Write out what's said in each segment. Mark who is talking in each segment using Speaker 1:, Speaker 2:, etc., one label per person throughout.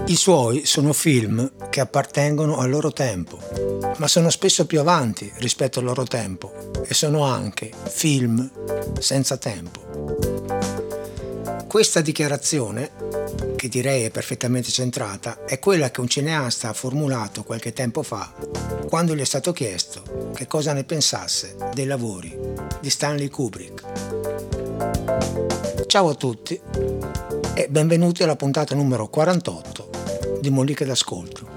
Speaker 1: I suoi sono film che appartengono al loro tempo, ma sono spesso più avanti rispetto al loro tempo e sono anche film senza tempo. Questa dichiarazione, che direi è perfettamente centrata, è quella che un cineasta ha formulato qualche tempo fa quando gli è stato chiesto che cosa ne pensasse dei lavori di Stanley Kubrick. Ciao a tutti e benvenuti alla puntata numero 48 di Molliche d'Ascolto.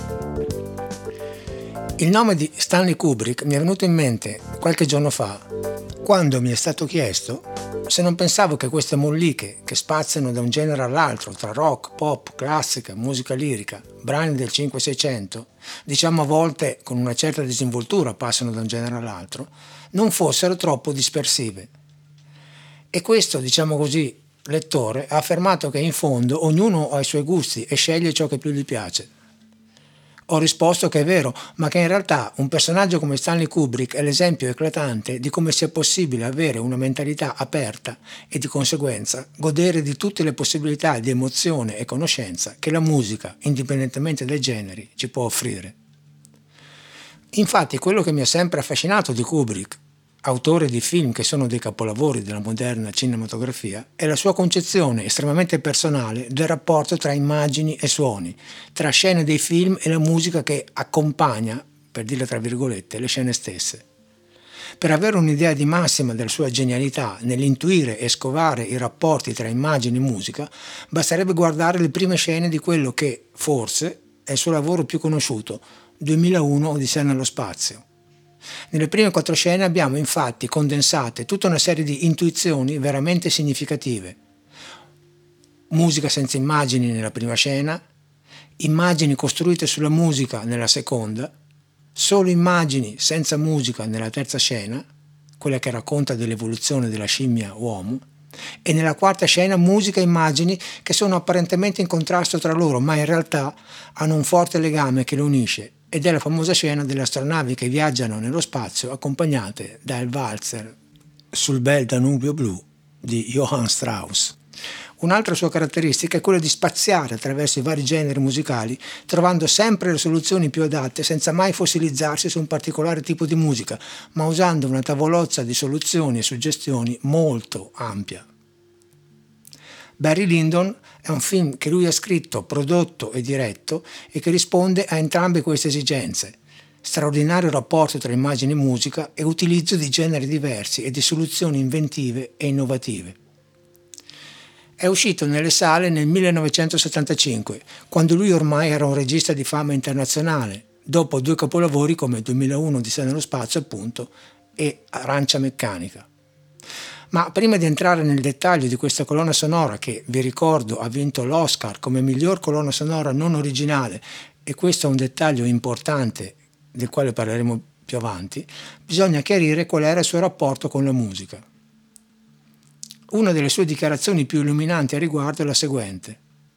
Speaker 1: Il nome di Stanley Kubrick mi è venuto in mente qualche giorno fa quando mi è stato chiesto se non pensavo che queste molliche che spaziano da un genere all'altro tra rock, pop, classica, musica lirica, brani del 5-600, diciamo a volte con una certa disinvoltura passano da un genere all'altro, non fossero troppo dispersive. E questo, diciamo così, lettore ha affermato che in fondo ognuno ha i suoi gusti e sceglie ciò che più gli piace. Ho risposto che è vero, ma che in realtà un personaggio come Stanley Kubrick è l'esempio eclatante di come sia possibile avere una mentalità aperta e di conseguenza godere di tutte le possibilità di emozione e conoscenza che la musica, indipendentemente dai generi, ci può offrire. Infatti quello che mi ha sempre affascinato di Kubrick, autore di film che sono dei capolavori della moderna cinematografia, è la sua concezione estremamente personale del rapporto tra immagini e suoni, tra scene dei film e la musica che accompagna, per dirla tra virgolette, le scene stesse. Per avere un'idea di massima della sua genialità nell'intuire e scovare i rapporti tra immagini e musica, basterebbe guardare le prime scene di quello che, forse, è il suo lavoro più conosciuto, 2001 Odissea nello spazio. Nelle prime 4 scene abbiamo infatti condensate tutta una serie di intuizioni veramente significative. Musica senza immagini nella prima scena, immagini costruite sulla musica nella seconda, solo immagini senza musica nella terza scena, quella che racconta dell'evoluzione della scimmia uomo, e nella quarta scena musica e immagini che sono apparentemente in contrasto tra loro, ma in realtà hanno un forte legame che le unisce. Ed è la famosa scena delle astronavi che viaggiano nello spazio accompagnate dal valzer sul bel Danubio blu di Johann Strauss. Un'altra sua caratteristica è quella di spaziare attraverso i vari generi musicali, trovando sempre le soluzioni più adatte senza mai fossilizzarsi su un particolare tipo di musica, ma usando una tavolozza di soluzioni e suggestioni molto ampia. Barry Lyndon è un film che lui ha scritto, prodotto e diretto e che risponde a entrambe queste esigenze. Straordinario rapporto tra immagine e musica e utilizzo di generi diversi e di soluzioni inventive e innovative. È uscito nelle sale nel 1975, quando lui ormai era un regista di fama internazionale, dopo 2 capolavori come 2001 Odissea nello spazio appunto e Arancia meccanica. Ma prima di entrare nel dettaglio di questa colonna sonora che, vi ricordo, ha vinto l'Oscar come miglior colonna sonora non originale, e questo è un dettaglio importante del quale parleremo più avanti, bisogna chiarire qual era il suo rapporto con la musica. Una delle sue dichiarazioni più illuminanti a riguardo è la seguente: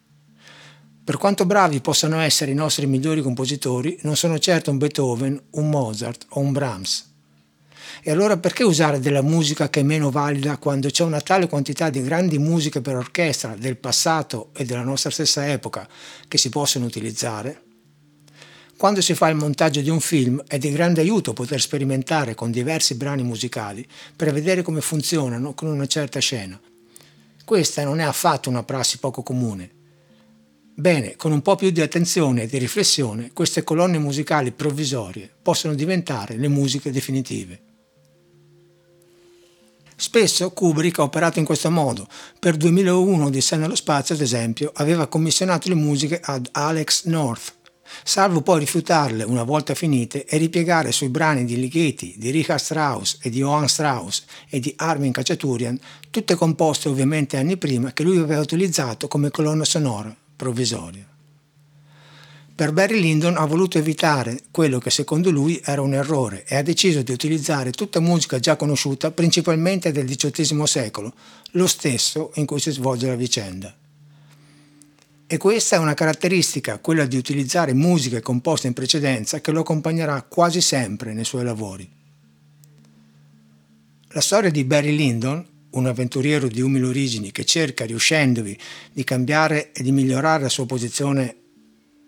Speaker 1: per quanto bravi possano essere i nostri migliori compositori, non sono certo un Beethoven, un Mozart o un Brahms. E allora perché usare della musica che è meno valida quando c'è una tale quantità di grandi musiche per orchestra del passato e della nostra stessa epoca che si possono utilizzare? Quando si fa il montaggio di un film è di grande aiuto poter sperimentare con diversi brani musicali per vedere come funzionano con una certa scena. Questa non è affatto una prassi poco comune. Bene, con un po' più di attenzione e di riflessione, queste colonne musicali provvisorie possono diventare le musiche definitive. Spesso Kubrick ha operato in questo modo. Per 2001 Odissea nello spazio, ad esempio, aveva commissionato le musiche ad Alex North, salvo poi rifiutarle una volta finite e ripiegare sui brani di Ligeti, di Richard Strauss e di Johann Strauss e di Armin Khachaturian, tutte composte ovviamente anni prima, che lui aveva utilizzato come colonna sonora provvisoria. Per Barry Lyndon ha voluto evitare quello che secondo lui era un errore e ha deciso di utilizzare tutta musica già conosciuta principalmente del XVIII secolo, lo stesso in cui si svolge la vicenda. E questa è una caratteristica, quella di utilizzare musiche composte in precedenza, che lo accompagnerà quasi sempre nei suoi lavori. La storia di Barry Lyndon, un avventuriero di umili origini che cerca, riuscendovi, di cambiare e di migliorare la sua posizione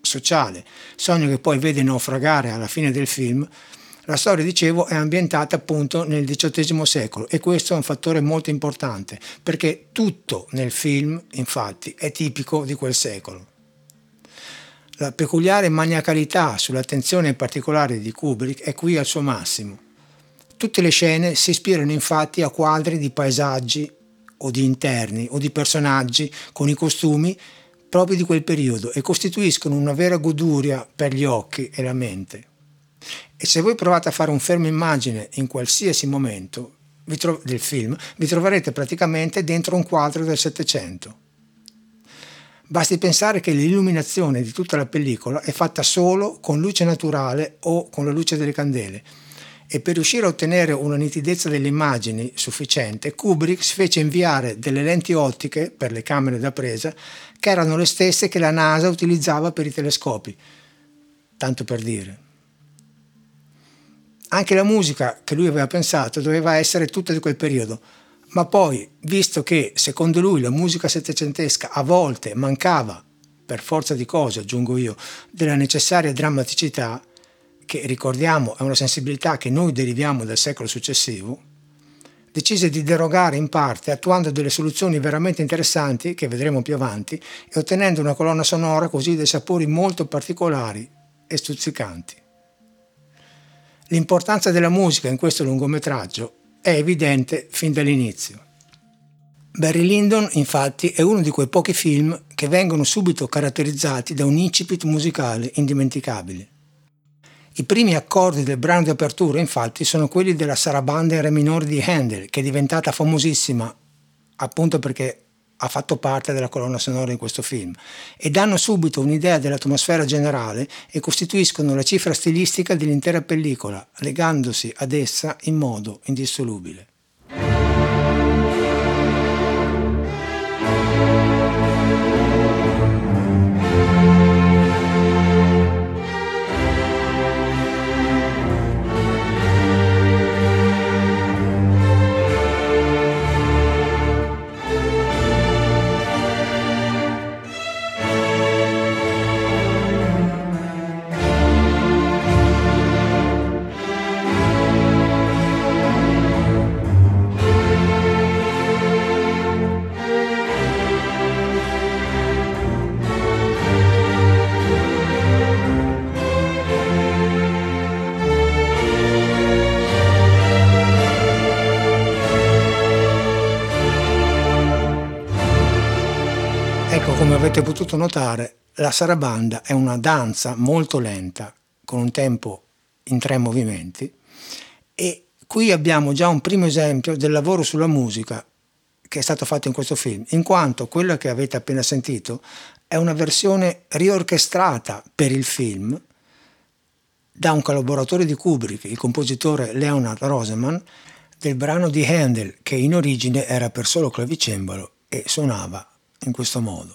Speaker 1: sociale, sogno che poi vede naufragare alla fine del film. La storia, dicevo, è ambientata appunto nel XVIII secolo e questo è un fattore molto importante perché tutto nel film, infatti, è tipico di quel secolo. La peculiare maniacalità sull'attenzione particolare di Kubrick è qui al suo massimo. Tutte le scene si ispirano infatti a quadri di paesaggi o di interni o di personaggi con i costumi proprio di quel periodo e costituiscono una vera goduria per gli occhi e la mente. E se voi provate a fare un fermo immagine in qualsiasi momento del film, vi troverete praticamente dentro un quadro del Settecento. Basti pensare che l'illuminazione di tutta la pellicola è fatta solo con luce naturale o con la luce delle candele e per riuscire a ottenere una nitidezza delle immagini sufficiente, Kubrick si fece inviare delle lenti ottiche per le camere da presa che erano le stesse che la NASA utilizzava per i telescopi, tanto per dire. Anche la musica che lui aveva pensato doveva essere tutta di quel periodo, ma poi, visto che secondo lui la musica settecentesca a volte mancava, per forza di cose aggiungo io, della necessaria drammaticità, che ricordiamo è una sensibilità che noi deriviamo dal secolo successivo, decise di derogare in parte attuando delle soluzioni veramente interessanti, che vedremo più avanti, e ottenendo una colonna sonora così dai sapori molto particolari e stuzzicanti. L'importanza della musica in questo lungometraggio è evidente fin dall'inizio. Barry Lyndon, infatti, è uno di quei pochi film che vengono subito caratterizzati da un incipit musicale indimenticabile. I primi accordi del brano di apertura, infatti, sono quelli della sarabanda in re minore di Handel, che è diventata famosissima appunto perché ha fatto parte della colonna sonora di questo film, e danno subito un'idea dell'atmosfera generale e costituiscono la cifra stilistica dell'intera pellicola, legandosi ad essa in modo indissolubile. Ecco, come avete potuto notare, la sarabanda è una danza molto lenta, con un tempo in 3 movimenti, e qui abbiamo già un primo esempio del lavoro sulla musica che è stato fatto in questo film, in quanto quella che avete appena sentito è una versione riorchestrata per il film da un collaboratore di Kubrick, il compositore Leonard Rosenman, del brano di Handel che in origine era per solo clavicembalo e suonava in questo modo.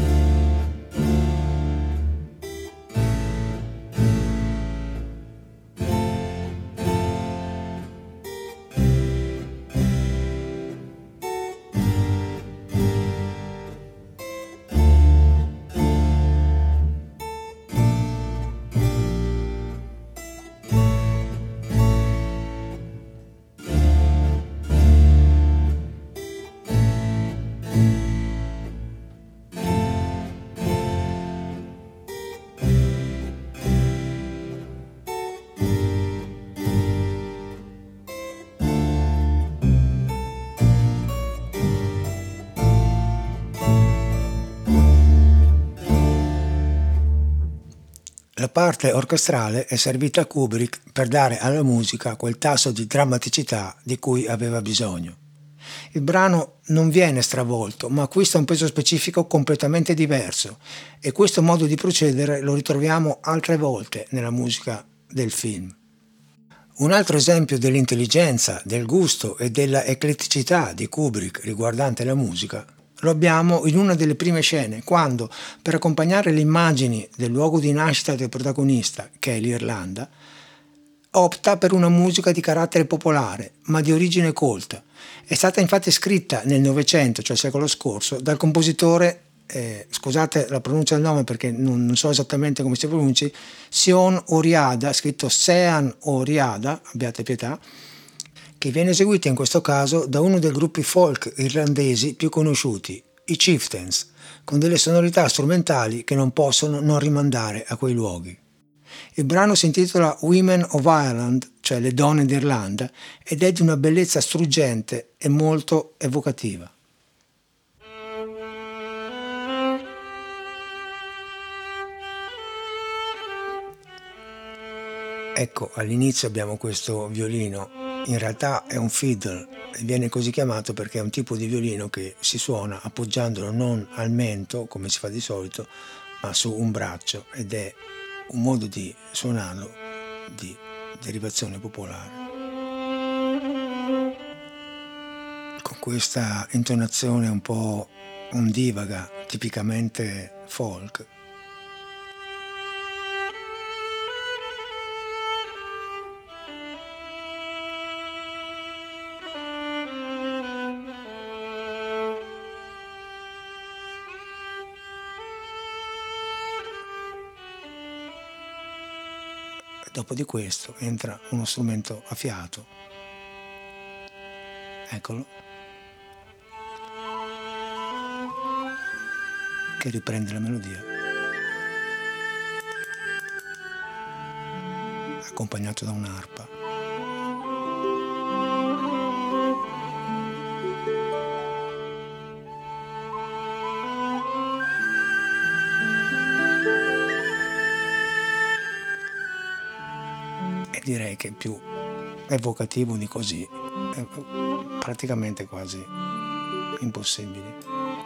Speaker 1: La parte orchestrale è servita a Kubrick per dare alla musica quel tasso di drammaticità di cui aveva bisogno. Il brano non viene stravolto, ma acquista un peso specifico completamente diverso e questo modo di procedere lo ritroviamo altre volte nella musica del film. Un altro esempio dell'intelligenza, del gusto e della ecletticità di Kubrick riguardante la musica lo abbiamo in una delle prime scene, quando, per accompagnare le immagini del luogo di nascita del protagonista, che è l'Irlanda, opta per una musica di carattere popolare, ma di origine colta. È stata infatti scritta nel Novecento, cioè il secolo scorso, dal compositore scusate la pronuncia del nome perché non so esattamente come si pronunci, Sean Oriada, scritto Sean Oriada, abbiate pietà, che viene eseguita in questo caso da uno dei gruppi folk irlandesi più conosciuti, i Chieftains, con delle sonorità strumentali che non possono non rimandare a quei luoghi. Il brano si intitola Women of Ireland, cioè le donne d'Irlanda, ed è di una bellezza struggente e molto evocativa. Ecco, all'inizio abbiamo questo violino, in realtà è un fiddle e viene così chiamato perché è un tipo di violino che si suona appoggiandolo non al mento, come si fa di solito, ma su un braccio, ed è un modo di suonarlo di derivazione popolare. Con questa intonazione un po' ondivaga, tipicamente folk. Dopo di questo entra uno strumento a fiato, eccolo, che riprende la melodia, accompagnato da un'arpa. E direi che più evocativo di così è praticamente quasi impossibile.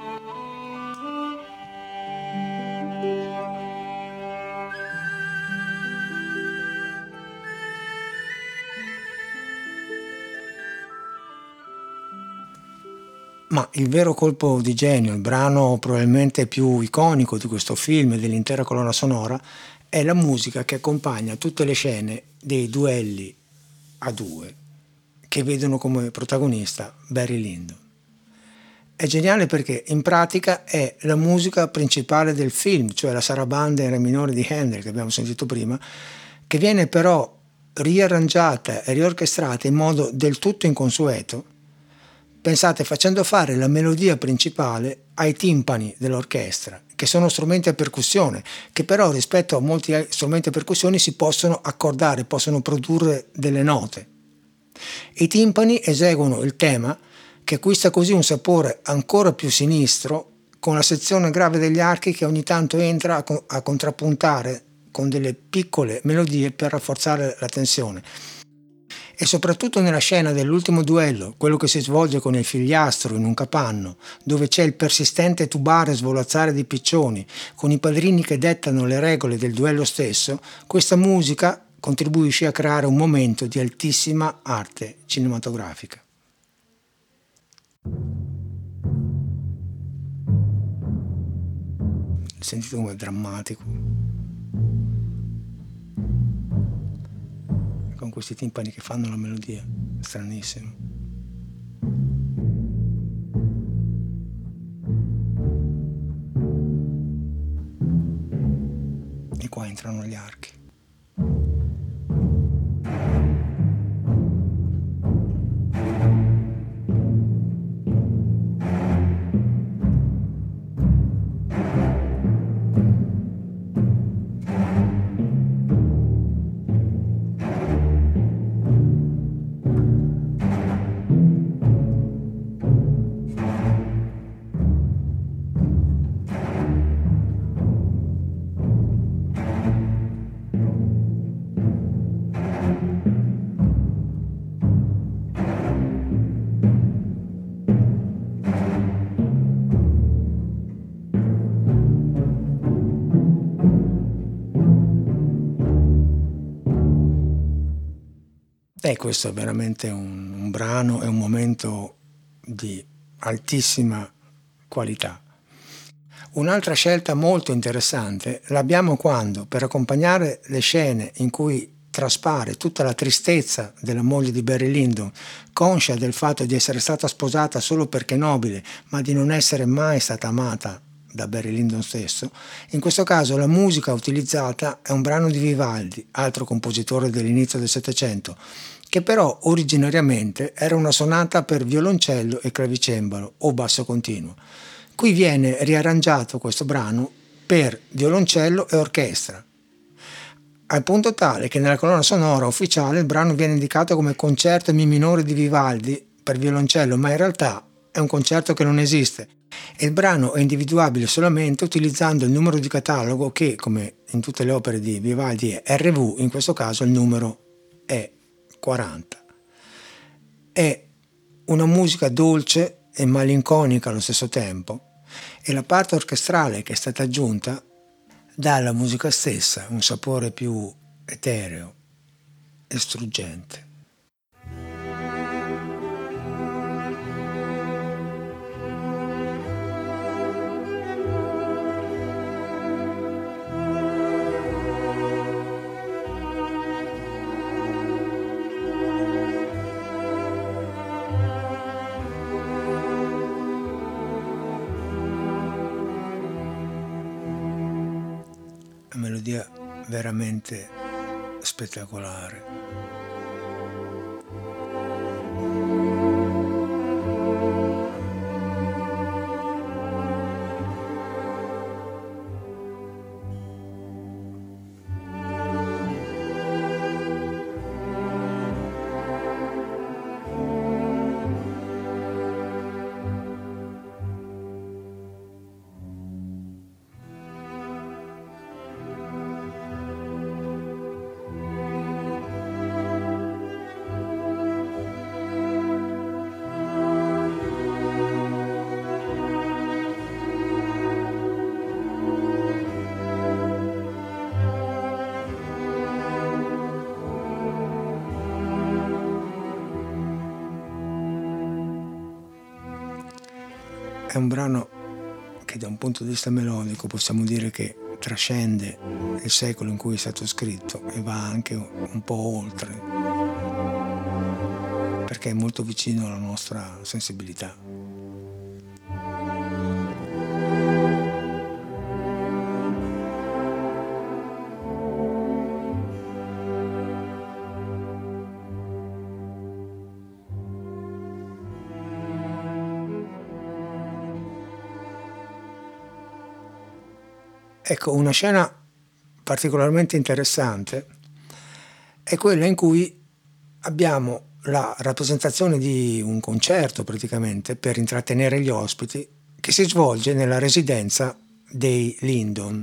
Speaker 1: Ma il vero colpo di genio, il brano probabilmente più iconico di questo film e dell'intera colonna sonora, è la musica che accompagna tutte le scene dei duelli a due che vedono come protagonista Barry Lyndon. È geniale perché in pratica è la musica principale del film, cioè la sarabanda in re minore di Handel che abbiamo sentito prima, che viene però riarrangiata e riorchestrata in modo del tutto inconsueto. Pensate, facendo fare la melodia principale ai timpani dell'orchestra, che sono strumenti a percussione, che però rispetto a molti strumenti a percussione si possono accordare, possono produrre delle note. I timpani eseguono il tema, che acquista così un sapore ancora più sinistro, con la sezione grave degli archi che ogni tanto entra a contrappuntare con delle piccole melodie per rafforzare la tensione. E soprattutto nella scena dell'ultimo duello, quello che si svolge con il figliastro in un capanno, dove c'è il persistente tubare e svolazzare di piccioni, con i padrini che dettano le regole del duello stesso, questa musica contribuisce a creare un momento di altissima arte cinematografica. Sentite come è drammatico, con questi timpani che fanno la melodia, stranissimo. E qua entrano gli archi. E questo è veramente un brano e un momento di altissima qualità. Un'altra scelta molto interessante l'abbiamo quando, per accompagnare le scene in cui traspare tutta la tristezza della moglie di Barry Lyndon, conscia del fatto di essere stata sposata solo perché nobile, ma di non essere mai stata amata da Barry Lyndon stesso. In questo caso la musica utilizzata è un brano di Vivaldi, altro compositore dell'inizio del Settecento, che però originariamente era una sonata per violoncello e clavicembalo o basso continuo. Qui viene riarrangiato questo brano per violoncello e orchestra, al punto tale che nella colonna sonora ufficiale il brano viene indicato come concerto in mi minore di Vivaldi per violoncello, ma in realtà è un concerto che non esiste e il brano è individuabile solamente utilizzando il numero di catalogo che, come in tutte le opere di Vivaldi, è RV, in questo caso il numero è 40. È una musica dolce e malinconica allo stesso tempo e la parte orchestrale che è stata aggiunta dà alla musica stessa un sapore più etereo e struggente. Una melodia veramente spettacolare. È un brano che da un punto di vista melodico possiamo dire che trascende il secolo in cui è stato scritto e va anche un po' oltre, perché è molto vicino alla nostra sensibilità. Ecco, una scena particolarmente interessante è quella in cui abbiamo la rappresentazione di un concerto praticamente per intrattenere gli ospiti che si svolge nella residenza dei Lyndon,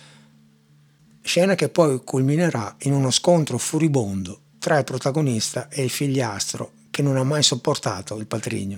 Speaker 1: scena che poi culminerà in uno scontro furibondo tra il protagonista e il figliastro che non ha mai sopportato il patrigno.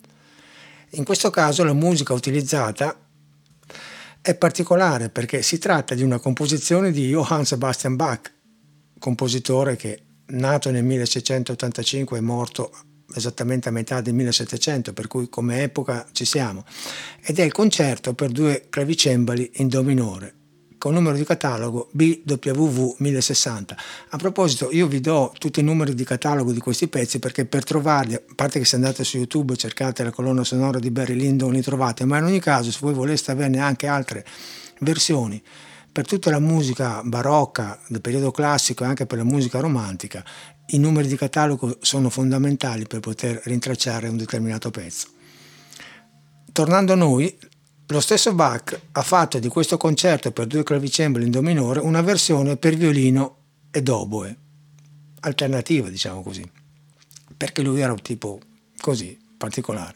Speaker 1: In questo caso la musica utilizzata è particolare perché si tratta di una composizione di Johann Sebastian Bach, compositore che nato nel 1685 e morto esattamente a metà del 1700, per cui come epoca ci siamo, ed è il concerto per 2 clavicembali in do minore con numero di catalogo BWV 1060. A proposito, io vi do tutti i numeri di catalogo di questi pezzi perché per trovarli, a parte che se andate su YouTube cercate la colonna sonora di Barry Lyndon li trovate, ma in ogni caso se voi voleste averne anche altre versioni per tutta la musica barocca del periodo classico e anche per la musica romantica, i numeri di catalogo sono fondamentali per poter rintracciare un determinato pezzo. Tornando a noi, lo stesso Bach ha fatto di questo concerto per 2 clavicembali in do minore una versione per violino ed oboe, alternativa diciamo così, perché lui era un tipo così particolare.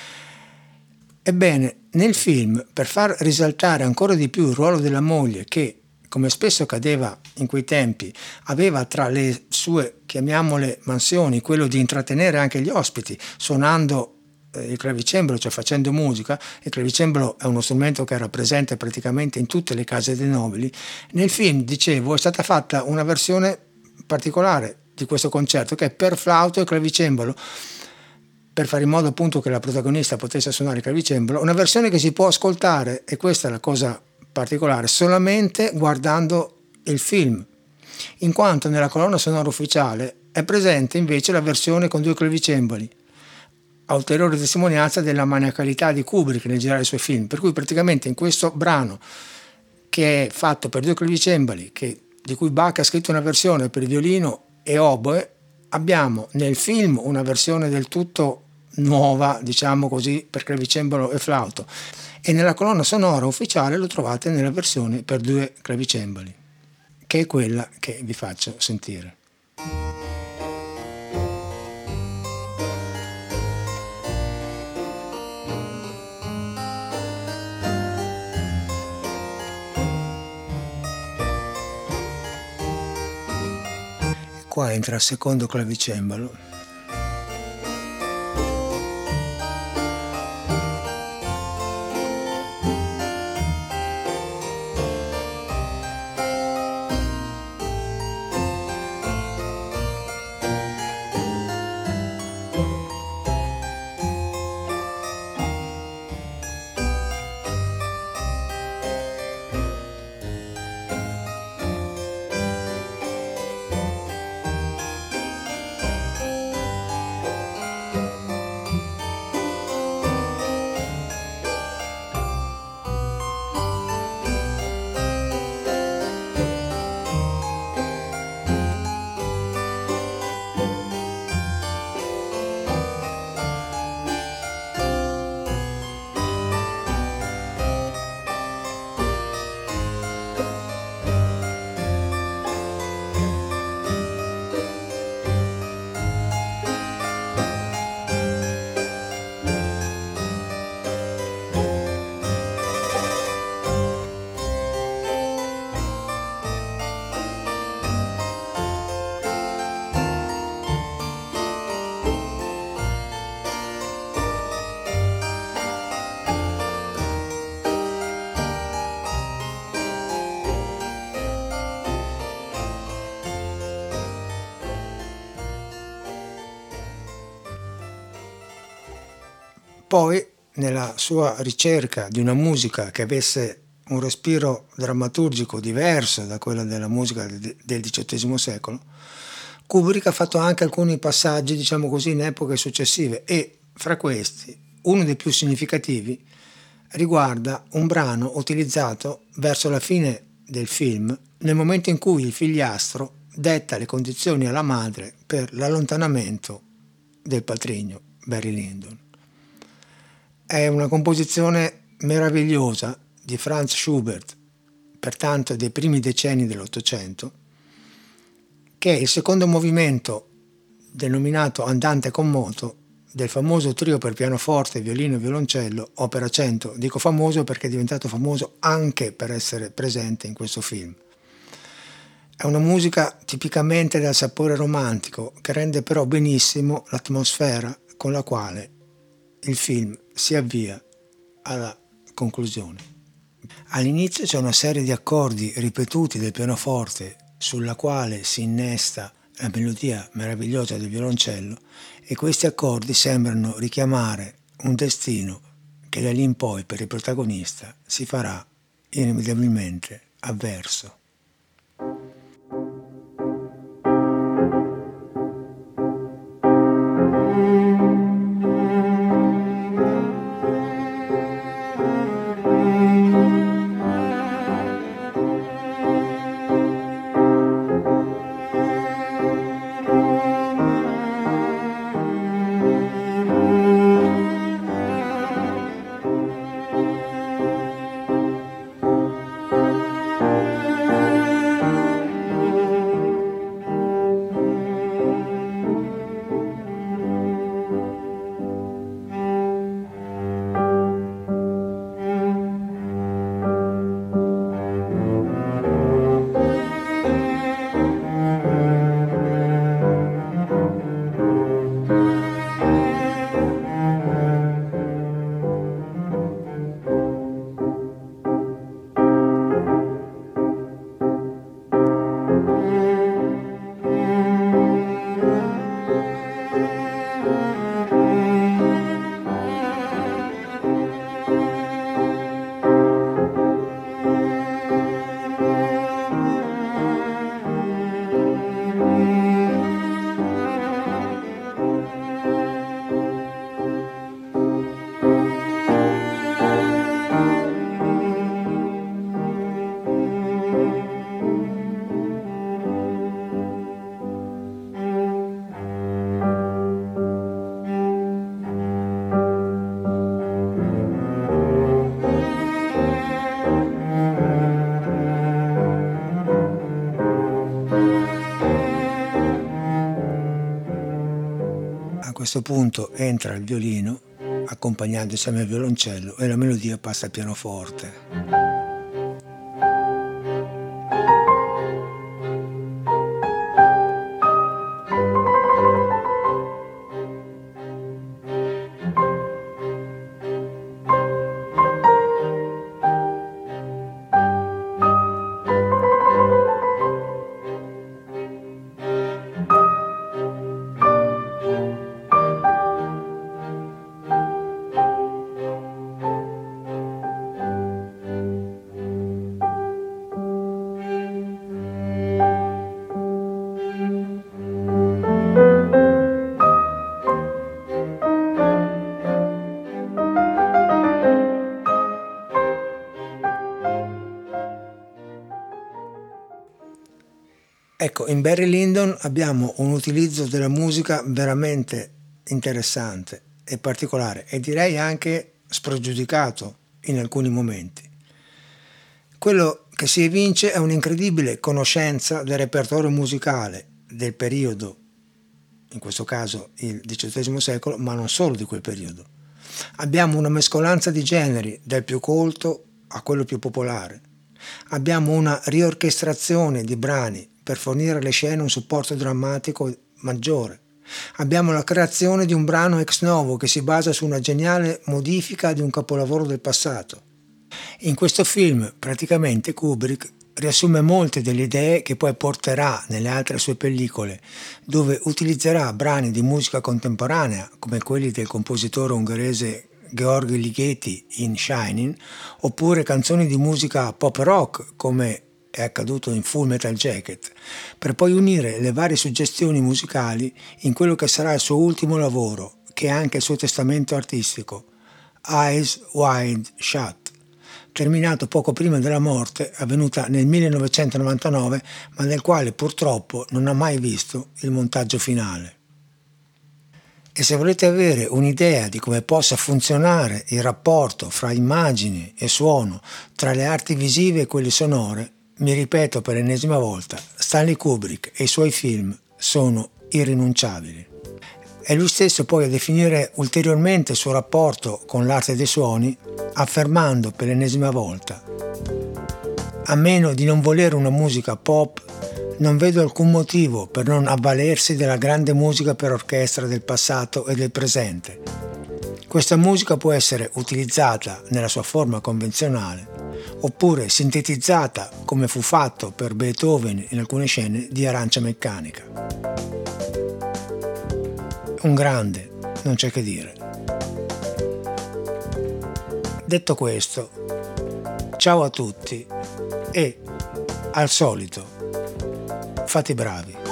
Speaker 1: Ebbene, nel film, per far risaltare ancora di più il ruolo della moglie che, come spesso accadeva in quei tempi, aveva tra le sue, chiamiamole, mansioni, quello di intrattenere anche gli ospiti, suonando il clavicembalo, cioè facendo musica. Il clavicembalo è uno strumento che era presente praticamente in tutte le case dei nobili. Nel film, dicevo, è stata fatta una versione particolare di questo concerto che è per flauto e clavicembalo, per fare in modo appunto che la protagonista potesse suonare il clavicembalo, una versione che si può ascoltare, e questa è la cosa particolare, solamente guardando il film, in quanto nella colonna sonora ufficiale è presente invece la versione con 2 clavicembali. a ulteriore testimonianza della maniacalità di Kubrick nel girare i suoi film, per cui praticamente in questo brano, che è fatto per 2 clavicembali, di cui Bach ha scritto una versione per violino e oboe, abbiamo nel film una versione del tutto nuova, diciamo così, per clavicembalo e flauto, e nella colonna sonora ufficiale lo trovate nella versione per 2 clavicembali, che è quella che vi faccio sentire. Qua entra il secondo clavicembalo. Poi, nella sua ricerca di una musica che avesse un respiro drammaturgico diverso da quello della musica del XVIII secolo, Kubrick ha fatto anche alcuni passaggi, diciamo così, in epoche successive, e fra questi uno dei più significativi riguarda un brano utilizzato verso la fine del film, nel momento in cui il figliastro detta le condizioni alla madre per l'allontanamento del patrigno Barry Lyndon. È una composizione meravigliosa di Franz Schubert, pertanto dei primi decenni dell'Ottocento, che è il secondo movimento denominato Andante con moto del famoso trio per pianoforte, violino e violoncello, opera 100. Dico famoso perché è diventato famoso anche per essere presente in questo film. È una musica tipicamente dal sapore romantico, che rende però benissimo l'atmosfera con la quale il film si avvia alla conclusione. All'inizio c'è una serie di accordi ripetuti del pianoforte sulla quale si innesta la melodia meravigliosa del violoncello, e questi accordi sembrano richiamare un destino che da lì in poi per il protagonista si farà inevitabilmente avverso. questo punto entra il violino, accompagnando insieme al violoncello, e la melodia passa al pianoforte. Ecco, in Barry Lyndon abbiamo un utilizzo della musica veramente interessante e particolare, e direi anche spregiudicato in alcuni momenti. Quello che si evince è un'incredibile conoscenza del repertorio musicale del periodo, in questo caso il XVIII secolo, ma non solo di quel periodo. Abbiamo una mescolanza di generi, dal più colto a quello più popolare. Abbiamo una riorchestrazione di brani per fornire alle scene un supporto drammatico maggiore. Abbiamo la creazione di un brano ex novo che si basa su una geniale modifica di un capolavoro del passato. In questo film praticamente Kubrick riassume molte delle idee che poi porterà nelle altre sue pellicole, dove utilizzerà brani di musica contemporanea come quelli del compositore ungherese Georg Ligeti in Shining, oppure canzoni di musica pop rock come è accaduto in Full Metal Jacket, per poi unire le varie suggestioni musicali in quello che sarà il suo ultimo lavoro, che è anche il suo testamento artistico, Eyes Wide Shut, terminato poco prima della morte, avvenuta nel 1999, ma nel quale purtroppo non ha mai visto il montaggio finale. E se volete avere un'idea di come possa funzionare il rapporto fra immagini e suono, tra le arti visive e quelle sonore, mi ripeto per l'ennesima volta, Stanley Kubrick e i suoi film sono irrinunciabili. È lui stesso poi a definire ulteriormente il suo rapporto con l'arte dei suoni, affermando per l'ennesima volta: a meno di non volere una musica pop, non vedo alcun motivo per non avvalersi della grande musica per orchestra del passato e del presente. Questa musica può essere utilizzata nella sua forma convenzionale, oppure sintetizzata come fu fatto per Beethoven in alcune scene di Arancia Meccanica. Un grande, non c'è che dire. Detto questo, ciao a tutti e, al solito, fate i bravi.